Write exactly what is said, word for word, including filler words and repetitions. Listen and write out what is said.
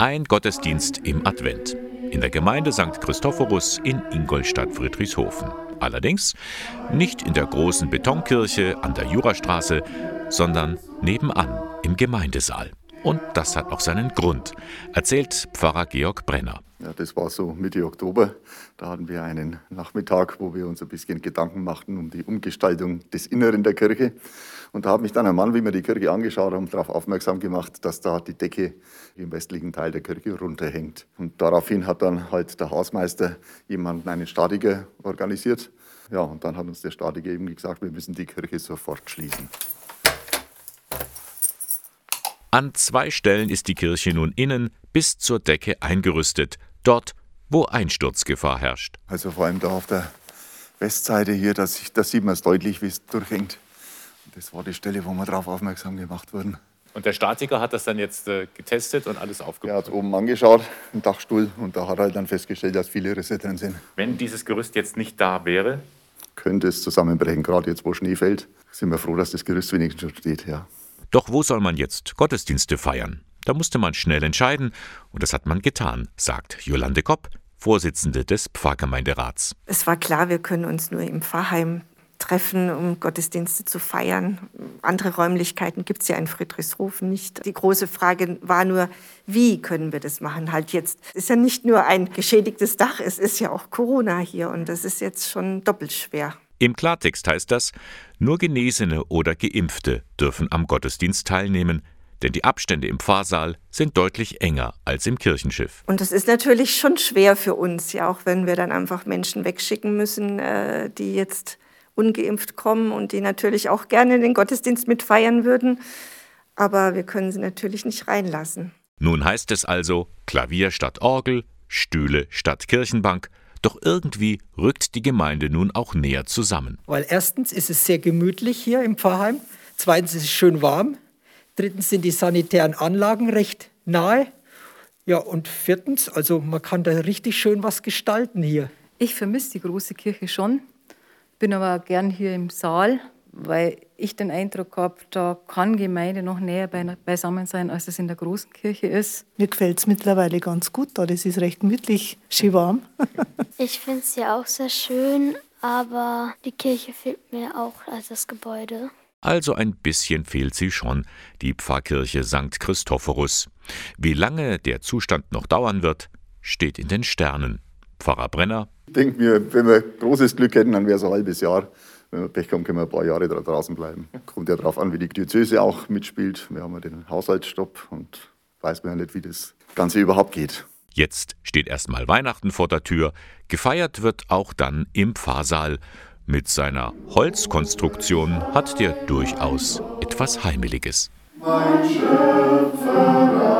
Ein Gottesdienst im Advent. In der Gemeinde Sankt Christophorus in Ingolstadt-Friedrichshofen. Allerdings nicht in der großen Betonkirche an der Jurastraße, sondern nebenan im Gemeindesaal. Und das hat auch seinen Grund, erzählt Pfarrer Georg Brenner. Ja, das war so Mitte Oktober. Da hatten wir einen Nachmittag, wo wir uns ein bisschen Gedanken machten um die Umgestaltung des Inneren der Kirche. Und da hat mich dann ein Mann, wie wir die Kirche angeschaut haben, darauf aufmerksam gemacht, dass da die Decke im westlichen Teil der Kirche runterhängt. Und daraufhin hat dann halt der Hausmeister jemanden, einen Statiker, organisiert. Ja, und dann hat uns der Statiker eben gesagt, wir müssen die Kirche sofort schließen. An zwei Stellen ist die Kirche nun innen bis zur Decke eingerüstet. Dort, wo Einsturzgefahr herrscht. Also vor allem da auf der Westseite hier, da sieht man es deutlich, wie es durchhängt. Das war die Stelle, wo wir darauf aufmerksam gemacht wurden. Und der Statiker hat das dann jetzt äh, getestet und alles aufgebaut? Er hat oben angeschaut, im Dachstuhl, und da hat er dann festgestellt, dass viele Risse drin sind. Wenn dieses Gerüst jetzt nicht da wäre? Könnte es zusammenbrechen. Gerade jetzt, wo Schnee fällt, sind wir froh, dass das Gerüst wenigstens schon steht. Ja. Doch wo soll man jetzt Gottesdienste feiern? Da musste man schnell entscheiden und das hat man getan, sagt Jolande Kopp, Vorsitzende des Pfarrgemeinderats. Es war klar, wir können uns nur im Pfarrheim treffen, um Gottesdienste zu feiern. Andere Räumlichkeiten gibt es ja in Friedrichshofen nicht. Die große Frage war nur, wie können wir das machen? Halt jetzt ist ja nicht nur ein geschädigtes Dach, es ist ja auch Corona hier und das ist jetzt schon doppelt schwer. Im Klartext heißt das, nur Genesene oder Geimpfte dürfen am Gottesdienst teilnehmen, denn die Abstände im Pfarrsaal sind deutlich enger als im Kirchenschiff. Und das ist natürlich schon schwer für uns, ja, auch wenn wir dann einfach Menschen wegschicken müssen, äh, die jetzt ungeimpft kommen und die natürlich auch gerne den Gottesdienst mitfeiern würden. Aber wir können sie natürlich nicht reinlassen. Nun heißt es also Klavier statt Orgel, Stühle statt Kirchenbank. Doch irgendwie rückt die Gemeinde nun auch näher zusammen. Weil erstens ist es sehr gemütlich hier im Pfarrheim, zweitens ist es schön warm, drittens sind die sanitären Anlagen recht nahe, ja, und viertens, also man kann da richtig schön was gestalten hier. Ich vermisse die große Kirche schon, bin aber gern hier im Saal, weil ich den Eindruck habe, da kann Gemeinde noch näher beisammen sein, als es in der großen Kirche ist. Mir gefällt es mittlerweile ganz gut da, das ist recht gemütlich, schön warm. Ich finde es ja auch sehr schön, aber die Kirche fehlt mir auch als das Gebäude. Also ein bisschen fehlt sie schon, die Pfarrkirche Sankt Christophorus. Wie lange der Zustand noch dauern wird, steht in den Sternen. Pfarrer Brenner. Ich denke mir, wenn wir großes Glück hätten, dann wäre es ein halbes Jahr. Wenn wir Pech haben, können wir ein paar Jahre da draußen bleiben. Kommt ja darauf an, wie die Diözese auch mitspielt. Wir haben ja den Haushaltsstopp und weiß man ja nicht, wie das Ganze überhaupt geht. Jetzt steht erstmal Weihnachten vor der Tür. Gefeiert wird auch dann im Pfarrsaal. Mit seiner Holzkonstruktion hat der durchaus etwas Heimeliges. Mein Schöpfer